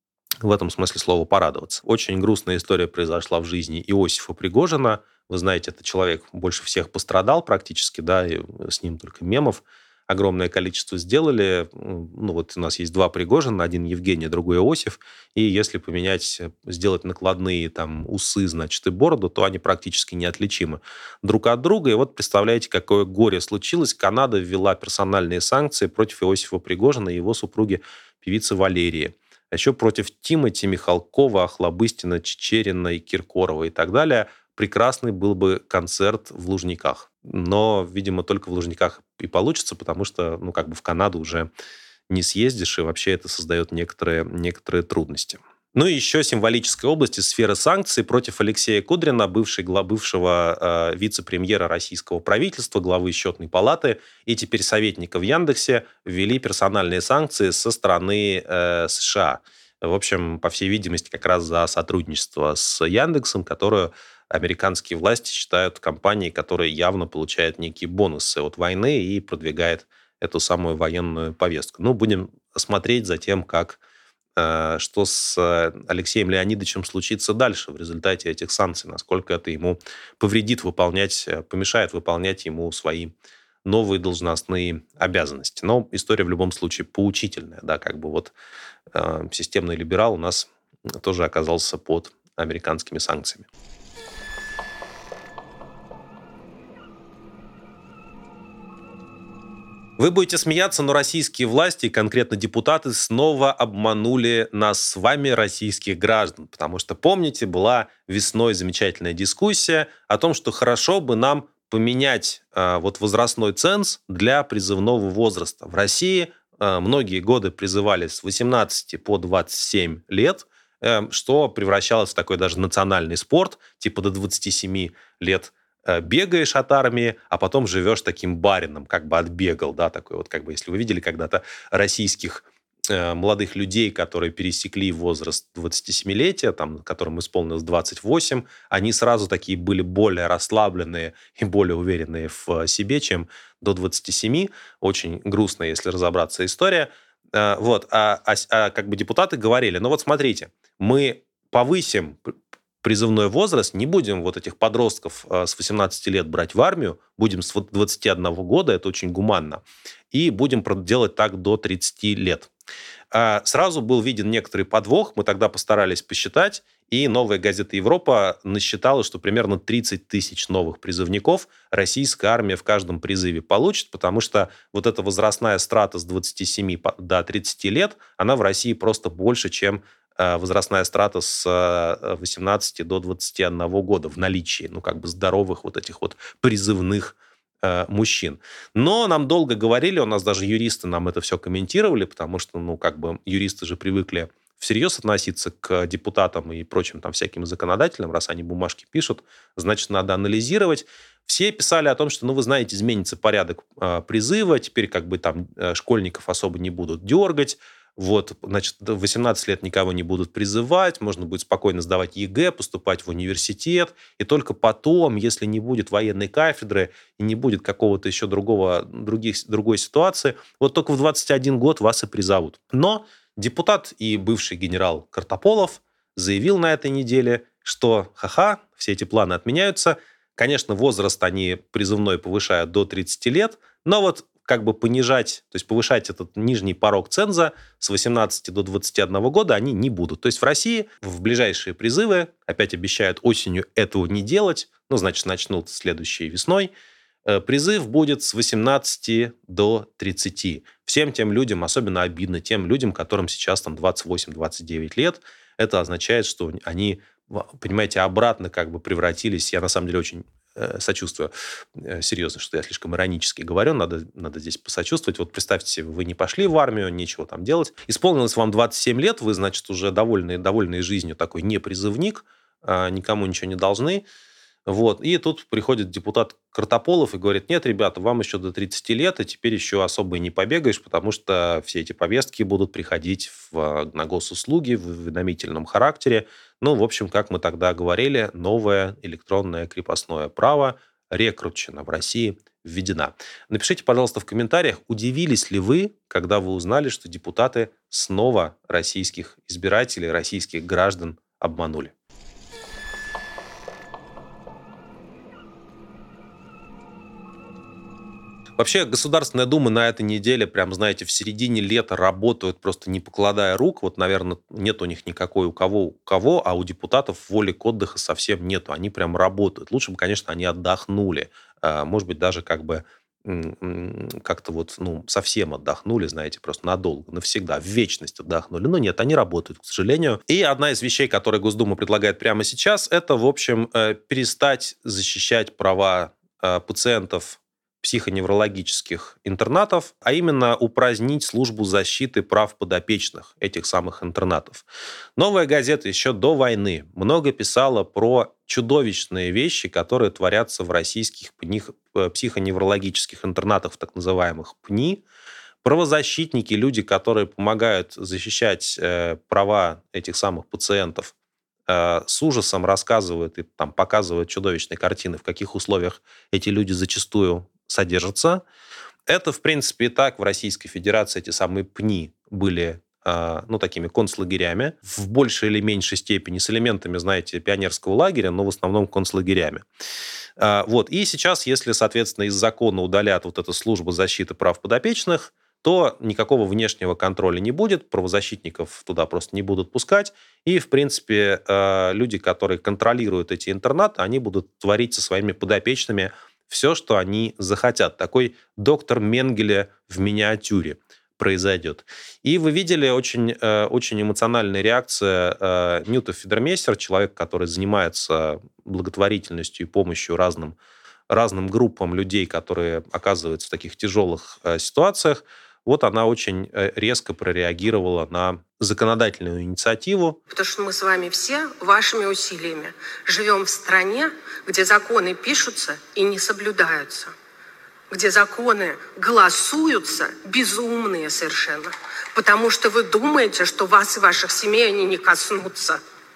в этом смысле слова порадоваться. Очень грустная история произошла в жизни Иосифа Пригожина. Вы знаете, этот человек больше всех пострадал практически, да, и с ним только мемов огромное количество сделали. Ну, вот у нас есть два Пригожина, один Евгений, другой Иосиф. И если поменять, сделать накладные там усы, значит, и бороду, то они практически неотличимы друг от друга. И вот представляете, какое горе случилось. Канада ввела персональные санкции против Иосифа Пригожина и его супруги, певицы Валерии. А еще против Тимати, Михалкова, Охлобыстина, Чичерина и Киркорова и так далее. Прекрасный был бы концерт в Лужниках. Но, видимо, только в Лужниках и получится, потому что, ну, как бы в Канаду уже не съездишь, и вообще это создает некоторые, некоторые трудности. Ну и еще символической области сферы санкций против Алексея Кудрина, бывший, бывшего э, вице-премьера российского правительства, главы Счетной палаты и теперь советника в Яндексе, ввели персональные санкции со стороны э, США. В общем, по всей видимости, как раз за сотрудничество с Яндексом, которую американские власти считают компанией, которая явно получает некие бонусы от войны и продвигает эту самую военную повестку. Ну, будем смотреть за тем, как, э, что с Алексеем Леонидовичем случится дальше в результате этих санкций, насколько это ему повредит выполнять, помешает выполнять ему свои новые должностные обязанности. Но история в любом случае поучительная, да, как бы вот э, системный либерал у нас тоже оказался под американскими санкциями. Вы будете смеяться, но российские власти, конкретно депутаты, снова обманули нас с вами, российских граждан. Потому что, помните, была весной замечательная дискуссия о том, что хорошо бы нам поменять э, вот возрастной ценз для призывного возраста. В России э, многие годы призывали с восемнадцати по двадцать семь лет, э, что превращалось в такой даже национальный спорт, типа до двадцати семи лет бегаешь от армии, а потом живешь таким барином, как бы отбегал, да, такой вот, как бы, если вы видели когда-то российских э, молодых людей, которые пересекли возраст двадцатисемилетия, там, которым исполнилось двадцать восемь, они сразу такие были более расслабленные и более уверенные в себе, чем до двадцати семи. Очень грустная, если разобраться, история. Э, вот, а, а, а как бы депутаты говорили, ну вот смотрите, мы повысим призывной возраст, не будем вот этих подростков с восемнадцати лет брать в армию, будем с двадцати одного года, это очень гуманно, и будем делать так до тридцати лет. Сразу был виден некоторый подвох, мы тогда постарались посчитать, И новая газета «Европа» насчитала, что примерно тридцать тысяч новых призывников российская армия в каждом призыве получит, потому что вот эта возрастная страта с двадцати семи до тридцати лет, она в России просто больше, чем возрастная страта с восемнадцати до двадцати одного года в наличии, ну, как бы здоровых вот этих вот призывных э, мужчин. Но нам долго говорили, у нас даже юристы нам это все комментировали, потому что, ну, как бы юристы же привыкли всерьез относиться к депутатам и прочим там всяким законодателям, раз они бумажки пишут, значит, надо анализировать. Все писали о том, что, ну, вы знаете, изменится порядок э, призыва, теперь как бы там э, школьников особо не будут дергать, вот, значит, в восемнадцать лет никого не будут призывать, можно будет спокойно сдавать ЕГЭ, поступать в университет, и только потом, если не будет военной кафедры и не будет какого-то еще другого, других, другой ситуации, вот только в двадцать один год вас и призовут. Но депутат и бывший генерал Картополов заявил на этой неделе, что ха-ха, все эти планы отменяются. Конечно, возраст они призывной повышают до тридцати лет, но вот как бы понижать, то есть повышать этот нижний порог ценза с восемнадцати до двадцати одного года они не будут. То есть в России в ближайшие призывы, опять обещают осенью этого не делать, ну, значит, начнут следующей весной, призыв будет с восемнадцати до тридцати. Всем тем людям, особенно обидно тем людям, которым сейчас там двадцать восемь - двадцать девять лет, это означает, что они, понимаете, обратно как бы превратились, я на самом деле очень сочувствую, серьезно, что я слишком иронически говорю, надо, надо здесь посочувствовать. Вот представьте себе, вы не пошли в армию, нечего там делать. Исполнилось вам двадцать семь лет, вы, значит, уже довольны, довольны жизнью, такой не призывник, никому ничего не должны. Вот. И тут приходит депутат Картополов и говорит: нет, ребята, вам еще до тридцати лет, и теперь еще особо и не побегаешь, потому что все эти повестки будут приходить в, на госуслуги в уведомительном характере. Ну, в общем, как мы тогда говорили, новое электронное крепостное право, рекрутчина в России введена. Напишите, пожалуйста, в комментариях, удивились ли вы, когда вы узнали, что депутаты снова российских избирателей, российских граждан обманули. Вообще, Государственная Дума на этой неделе, прям, знаете, в середине лета работают, просто не покладая рук. Вот, наверное, нет у них никакой у кого, у кого, а у депутатов воли к отдыху совсем нету. Они прям работают. Лучше бы, конечно, они отдохнули. Может быть, даже как бы как-то вот, ну, совсем отдохнули, знаете, просто надолго, навсегда, в вечность отдохнули. Но нет, они работают, к сожалению. И одна из вещей, которые Госдума предлагает прямо сейчас, это, в общем, перестать защищать права пациентов психоневрологических интернатов, а именно упразднить службу защиты прав подопечных этих самых интернатов. «Новая газета» еще до войны много писала про чудовищные вещи, которые творятся в российских психоневрологических интернатах, так называемых ПНИ. Правозащитники, люди, которые помогают защищать э, права этих самых пациентов, э, с ужасом рассказывают и там, показывают чудовищные картины, в каких условиях эти люди зачастую содержатся. Это, в принципе, и так в Российской Федерации эти самые ПНИ были, э, ну, такими концлагерями, в большей или меньшей степени с элементами, знаете, пионерского лагеря, но в основном концлагерями. Э, вот. И сейчас, если, соответственно, из закона удалят вот эту службу защиты прав подопечных, то никакого внешнего контроля не будет, правозащитников туда просто не будут пускать, и, в принципе, э, люди, которые контролируют эти интернаты, они будут творить со своими подопечными все, что они захотят. Такой доктор Менгеле в миниатюре произойдет. И вы видели очень, очень эмоциональная реакция Ньюта Федермейстер, человек, который занимается благотворительностью и помощью разным, разным группам людей, которые оказываются в таких тяжелых ситуациях. Вот она очень резко прореагировала на законодательную инициативу. Потому что мы с вами все вашими усилиями живем в стране, где законы пишутся и не соблюдаются, где законы голосуются безумные совершенно, потому что вы думаете, что вас и ваших семей они не коснутся.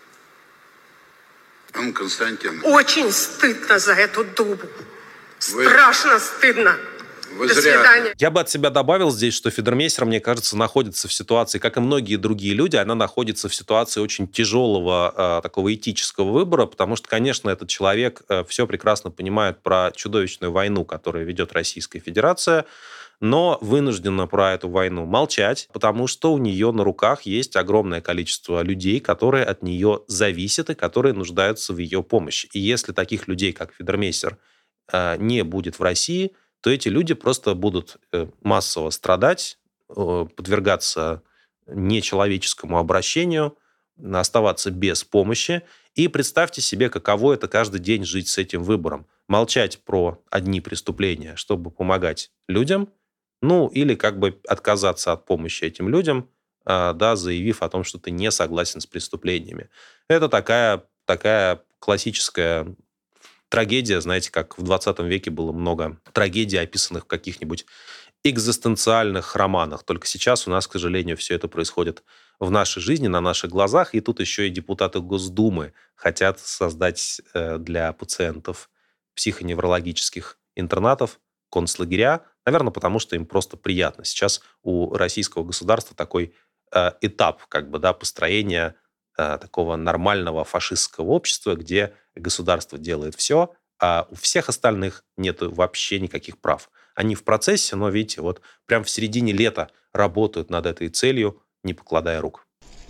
Анна Константиновна. Очень стыдно за эту Думу. Страшно вы... стыдно. Вы До зря. свидания. Я бы от себя добавил здесь, что Фидермейстер, мне кажется, находится в ситуации, как и многие другие люди, она находится в ситуации очень тяжелого э, такого этического выбора, потому что, конечно, этот человек э, все прекрасно понимает про чудовищную войну, которую ведет Российская Федерация, но вынуждена про эту войну молчать, потому что у нее на руках есть огромное количество людей, которые от нее зависят и которые нуждаются в ее помощи. И если таких людей, как Фидермейстер, э, не будет в России, то эти люди просто будут массово страдать, подвергаться нечеловеческому обращению, оставаться без помощи. И представьте себе, каково это каждый день жить с этим выбором. Молчать про одни преступления, чтобы помогать людям, ну, или как бы отказаться от помощи этим людям, да, заявив о том, что ты не согласен с преступлениями. Это такая, такая классическая трагедия, знаете, как в двадцатом веке было много трагедий, описанных в каких-нибудь экзистенциальных романах. Только сейчас у нас, к сожалению, все это происходит в нашей жизни, на наших глазах. И тут еще и депутаты Госдумы хотят создать для пациентов психоневрологических интернатов концлагеря. Наверное, потому что им просто приятно. Сейчас у российского государства такой этап как бы, да, построения такого нормального фашистского общества, где государство делает все, а у всех остальных нет вообще никаких прав. Они в процессе, но, видите, вот прям в середине лета работают над этой целью, не покладая рук.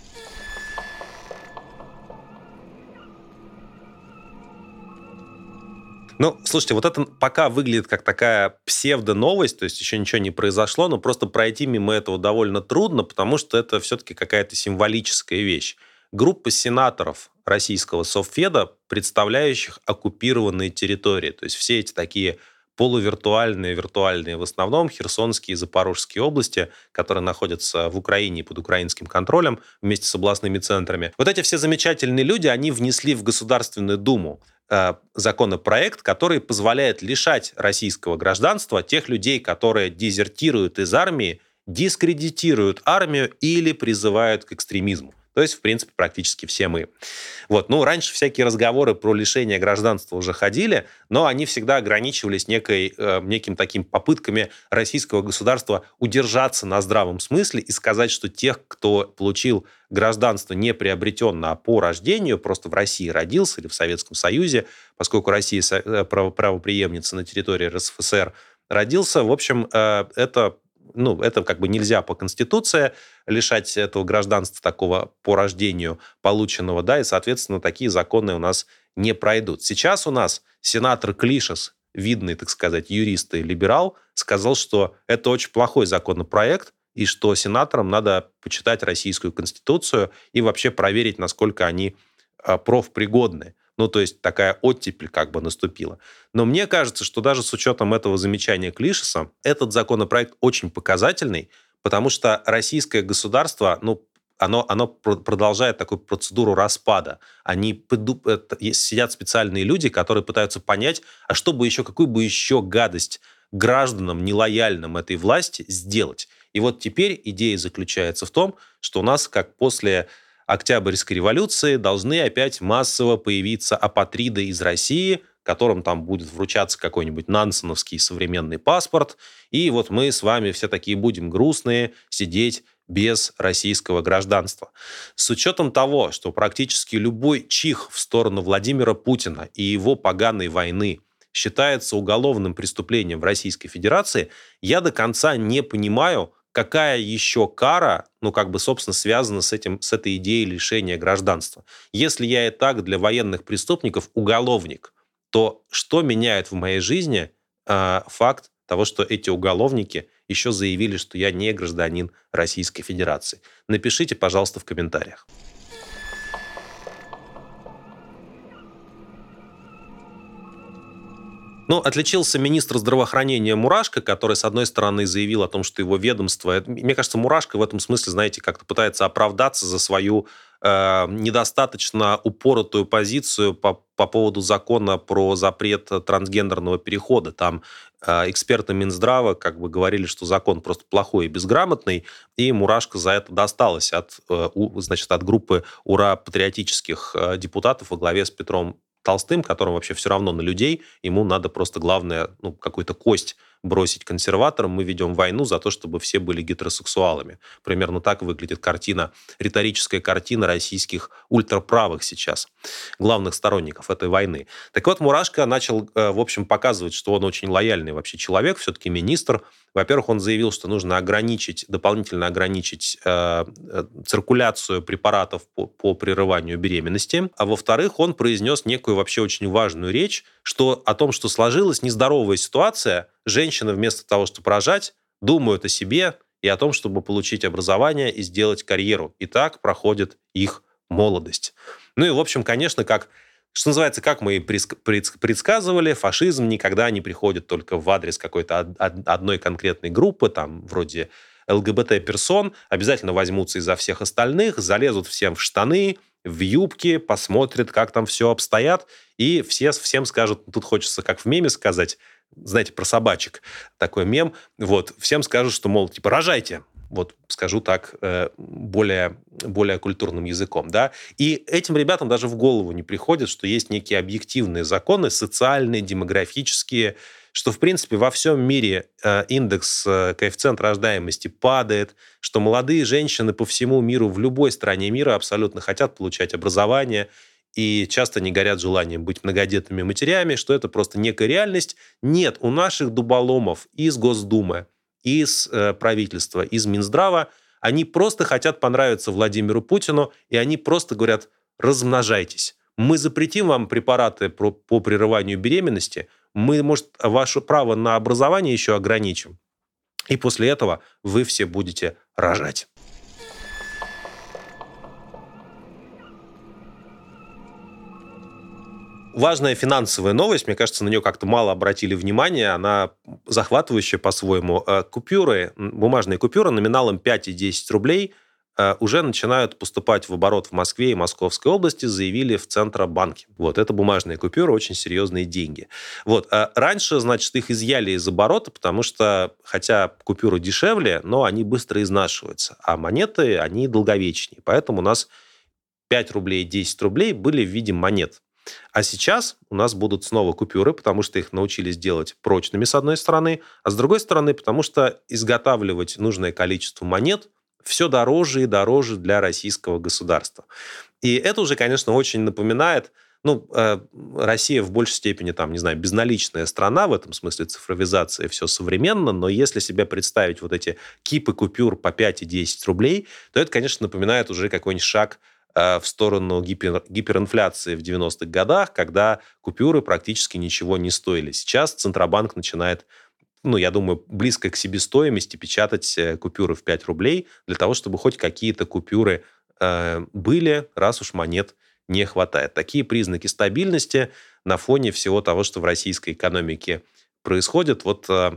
Ну, слушайте, вот это пока выглядит как такая псевдо-новость, то есть еще ничего не произошло, но просто пройти мимо этого довольно трудно, потому что это все-таки какая-то символическая вещь. Группа сенаторов российского Совфеда, представляющих оккупированные территории. То есть все эти такие полувиртуальные, виртуальные в основном, Херсонские и Запорожские области, которые находятся в Украине под украинским контролем вместе с областными центрами. Вот эти все замечательные люди, они внесли в Государственную Думу э, законопроект, который позволяет лишать российского гражданства тех людей, которые дезертируют из армии, дискредитируют армию или призывают к экстремизму. То есть, в принципе, практически все мы. Вот. Ну, раньше всякие разговоры про лишение гражданства уже ходили, но они всегда ограничивались некой, э, неким таким попытками российского государства удержаться на здравом смысле и сказать, что тех, кто получил гражданство не приобретенно, а по рождению, просто в России родился или в Советском Союзе, поскольку Россия правопреемница на территории РСФСР, родился, в общем, э, это... Ну, это как бы нельзя по Конституции лишать этого гражданства такого по рождению полученного, да, и, соответственно, такие законы у нас не пройдут. Сейчас у нас сенатор Клишес, видный, так сказать, юрист и либерал, сказал, что это очень плохой законопроект, и что сенаторам надо почитать Российскую Конституцию и вообще проверить, насколько они профпригодны. Ну, то есть такая оттепель как бы наступила. Но мне кажется, что даже с учетом этого замечания Клишеса, этот законопроект очень показательный, потому что российское государство, ну, оно, оно продолжает такую процедуру распада. Они сидят специальные люди, которые пытаются понять, а что бы еще, какую бы еще гадость гражданам, нелояльным этой власти сделать. И вот теперь идея заключается в том, что у нас, как после Октябрьской революции, должны опять массово появиться апатриды из России, которым там будет вручаться какой-нибудь нансеновский современный паспорт, и вот мы с вами все такие будем грустные сидеть без российского гражданства. С учетом того, что практически любой чих в сторону Владимира Путина и его поганой войны считается уголовным преступлением в Российской Федерации, я до конца не понимаю, какая еще кара, ну, как бы, собственно, связана с этим, с этой идеей лишения гражданства. Если я и так для военных преступников уголовник, то что меняет в моей жизни э, факт того, что эти уголовники еще заявили, что я не гражданин Российской Федерации? Напишите, пожалуйста, в комментариях. Ну, отличился министр здравоохранения Мурашко, который, с одной стороны, заявил о том, что его ведомство... Мне кажется, Мурашко в этом смысле, знаете, как-то пытается оправдаться за свою э, недостаточно упоротую позицию по, по поводу закона про запрет трансгендерного перехода. Там э, эксперты Минздрава как бы говорили, что закон просто плохой и безграмотный, и Мурашко за это досталось от, э, у, значит, от группы ура-патриотических э, депутатов во главе с Петром Толстым, которому вообще все равно на людей, ему надо просто, главное, ну, какую-то кость бросить консерваторам, мы ведем войну за то, чтобы все были гетеросексуалами. Примерно так выглядит картина, риторическая картина российских ультраправых сейчас, главных сторонников этой войны. Так вот, Мурашко начал, в общем, показывать, что он очень лояльный вообще человек, все-таки министр. Во-первых, он заявил, что нужно ограничить, дополнительно ограничить э, циркуляцию препаратов по, по прерыванию беременности. А во-вторых, он произнес некую вообще очень важную речь, что о том, что сложилась нездоровая ситуация, женщины вместо того, чтобы рожать, думают о себе и о том, чтобы получить образование и сделать карьеру. И так проходит их молодость. Ну и, в общем, конечно, как... Что называется, как мы и предсказывали, фашизм никогда не приходит только в адрес какой-то одной конкретной группы, там, вроде ЛГБТ-персон, обязательно возьмутся изо всех остальных, залезут всем в штаны, в юбки, посмотрят, как там все обстоят, и все, всем скажут, тут хочется, как в меме сказать, знаете, про собачек, такой мем, вот, всем скажут, что, мол, типа, рожайте, вот скажу так, более, более культурным языком, да. И этим ребятам даже в голову не приходит, что есть некие объективные законы, социальные, демографические, что, в принципе, во всем мире индекс, коэффициент рождаемости падает, что молодые женщины по всему миру, в любой стране мира абсолютно хотят получать образование и часто не горят желанием быть многодетными матерями, что это просто некая реальность. Нет, у наших дуболомов из Госдумы, из э, правительства, из Минздрава, они просто хотят понравиться Владимиру Путину, и они просто говорят, размножайтесь. Мы запретим вам препараты по, по прерыванию беременности, мы, может, ваше право на образование еще ограничим, и после этого вы все будете рожать. Важная финансовая новость, мне кажется, на нее как-то мало обратили внимание, она захватывающая по-своему. Купюры, бумажные купюры номиналом пять и десять рублей уже начинают поступать в оборот в Москве и Московской области, заявили в Центробанке. Вот, это бумажные купюры, очень серьезные деньги. Вот, раньше, значит, их изъяли из оборота, потому что, хотя купюры дешевле, но они быстро изнашиваются, а монеты, они долговечнее. Поэтому у нас пять рублей и десять рублей были в виде монет. А сейчас у нас будут снова купюры, потому что их научились делать прочными, с одной стороны, а с другой стороны, потому что изготавливать нужное количество монет все дороже и дороже для российского государства. И это уже, конечно, очень напоминает, ну, э, Россия в большей степени, там, не знаю, безналичная страна, в этом смысле цифровизация, все современно, но если себе представить вот эти кипы купюр по пять и десять рублей, то это, конечно, напоминает уже какой-нибудь шаг в сторону гипер, гиперинфляции в девяностых годах, когда купюры практически ничего не стоили. Сейчас Центробанк начинает, ну, я думаю, близко к себестоимости печатать купюры в пять рублей для того, чтобы хоть какие-то купюры э, были, раз уж монет не хватает. Такие признаки стабильности на фоне всего того, что в российской экономике происходит. Вот э,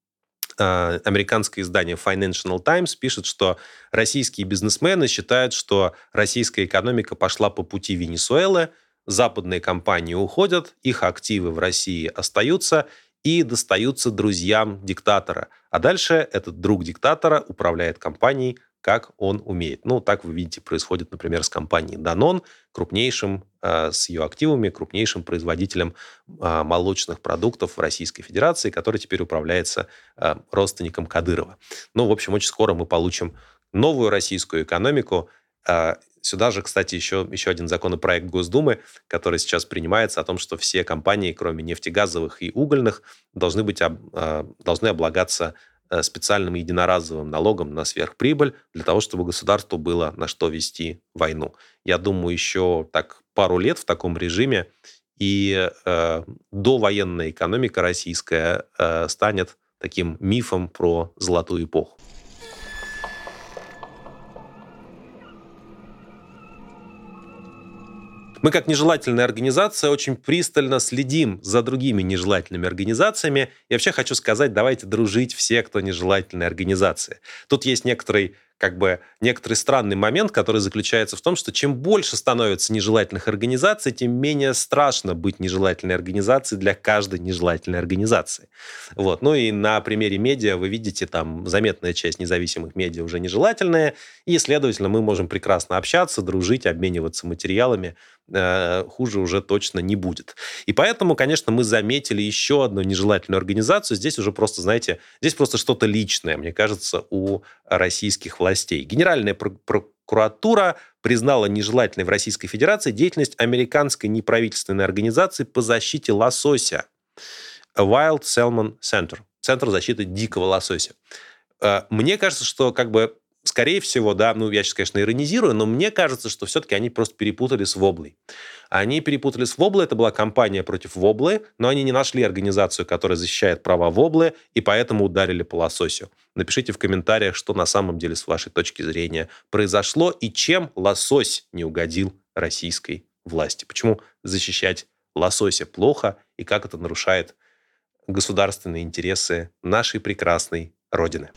американское издание Financial Times пишет, что российские бизнесмены считают, что российская экономика пошла по пути Венесуэлы, западные компании уходят, их активы в России остаются и достаются друзьям диктатора. А дальше этот друг диктатора управляет компанией, как он умеет. Ну, так, вы видите, происходит, например, с компанией Danone, крупнейшим, э, с ее активами, крупнейшим производителем э, молочных продуктов в Российской Федерации, который теперь управляется э, родственником Кадырова. Ну, в общем, очень скоро мы получим новую российскую экономику. Э, сюда же, кстати, еще, еще один законопроект Госдумы, который сейчас принимается, о том, что все компании, кроме нефтегазовых и угольных, должны, быть, э, должны облагаться специальным единоразовым налогом на сверхприбыль для того, чтобы государству было на что вести войну. Я думаю, еще так пару лет в таком режиме и э, довоенная экономика российская э, станет таким мифом про золотую эпоху. Мы, как нежелательная организация, очень пристально следим за другими нежелательными организациями. И вообще хочу сказать, давайте дружить все, кто нежелательные организации. Тут есть некоторый, как бы, некоторый странный момент, который заключается в том, что чем больше становится нежелательных организаций, тем менее страшно быть нежелательной организацией для каждой нежелательной организации. Вот. Ну и на примере медиа вы видите, там заметная часть независимых медиа уже нежелательная, и, следовательно, мы можем прекрасно общаться, дружить, обмениваться материалами э, хуже уже точно не будет. И поэтому, конечно, мы заметили еще одну нежелательную организацию. Здесь уже просто, знаете, здесь просто что-то личное, мне кажется, у российских властей. Генеральная прокуратура признала нежелательной в Российской Федерации деятельность американской неправительственной организации по защите лосося Wild Salmon Center. Центр защиты дикого лосося. Мне кажется, что как бы скорее всего, да, ну, я сейчас, конечно, иронизирую, но мне кажется, что все-таки они просто перепутали с Воблой. Они перепутали с Воблой, это была кампания против Воблы, но они не нашли организацию, которая защищает права Воблы, и поэтому ударили по лососю. Напишите в комментариях, что на самом деле, с вашей точки зрения, произошло, и чем лосось не угодил российской власти. Почему защищать лосося плохо, и как это нарушает государственные интересы нашей прекрасной Родины.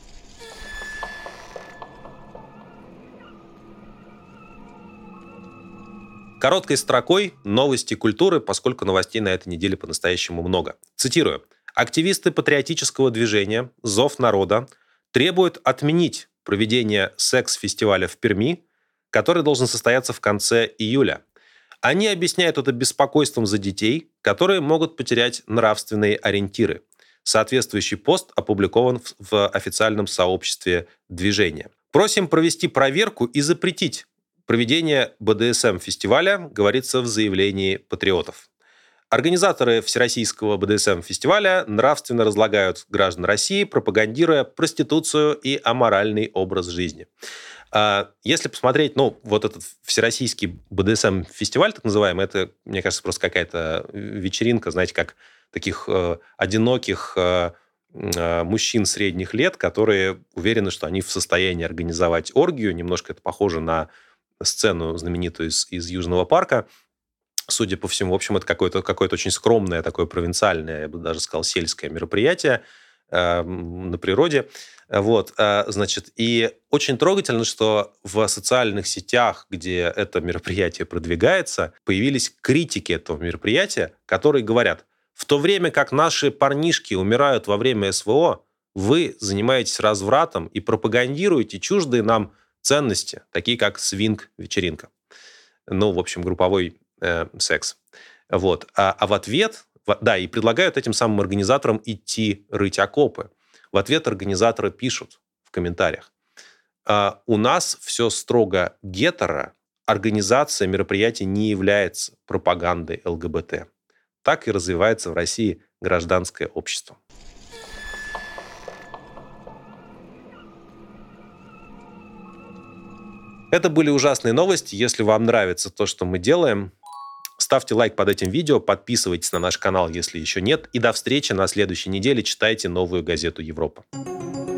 Короткой строкой новости культуры, поскольку новостей на этой неделе по-настоящему много. Цитирую. Активисты патриотического движения «Зов народа» требуют отменить проведение секс-фестиваля в Перми, который должен состояться в конце июля. Они объясняют это беспокойством за детей, которые могут потерять нравственные ориентиры. Соответствующий пост опубликован в официальном сообществе движения. Просим провести проверку и запретить проведение бэ дэ эс эм-фестиваля, говорится в заявлении патриотов. Организаторы Всероссийского бэ дэ эс эм-фестиваля нравственно разлагают граждан России, пропагандируя проституцию и аморальный образ жизни. Если посмотреть, ну, вот этот Всероссийский бэ дэ эс эм-фестиваль, так называемый, это, мне кажется, просто какая-то вечеринка, знаете, как таких э, одиноких э, э, мужчин средних лет, которые уверены, что они в состоянии организовать оргию. Немножко это похоже на сцену знаменитую из, из Южного парка. Судя по всему, в общем, это какое-то, какое-то очень скромное, такое провинциальное, я бы даже сказал, сельское мероприятие э, на природе. Вот, э, значит, и очень трогательно, что в социальных сетях, где это мероприятие продвигается, появились критики этого мероприятия, которые говорят: в то время как наши парнишки умирают во время эс вэ о, вы занимаетесь развратом и пропагандируете чуждые нам ценности, такие как свинг-вечеринка. Ну, в общем, групповой э, секс. Вот. А, а в ответ, в, да, и предлагают этим самым организаторам идти рыть окопы. В ответ организаторы пишут в комментариях: а, у нас все строго гетеро, организация мероприятий не является пропагандой эл гэ бэ тэ. Так и развивается в России гражданское общество. Это были ужасные новости. Если вам нравится то, что мы делаем, ставьте лайк под этим видео, подписывайтесь на наш канал, если еще нет. И до встречи на следующей неделе. Читайте «Новую газету Европа».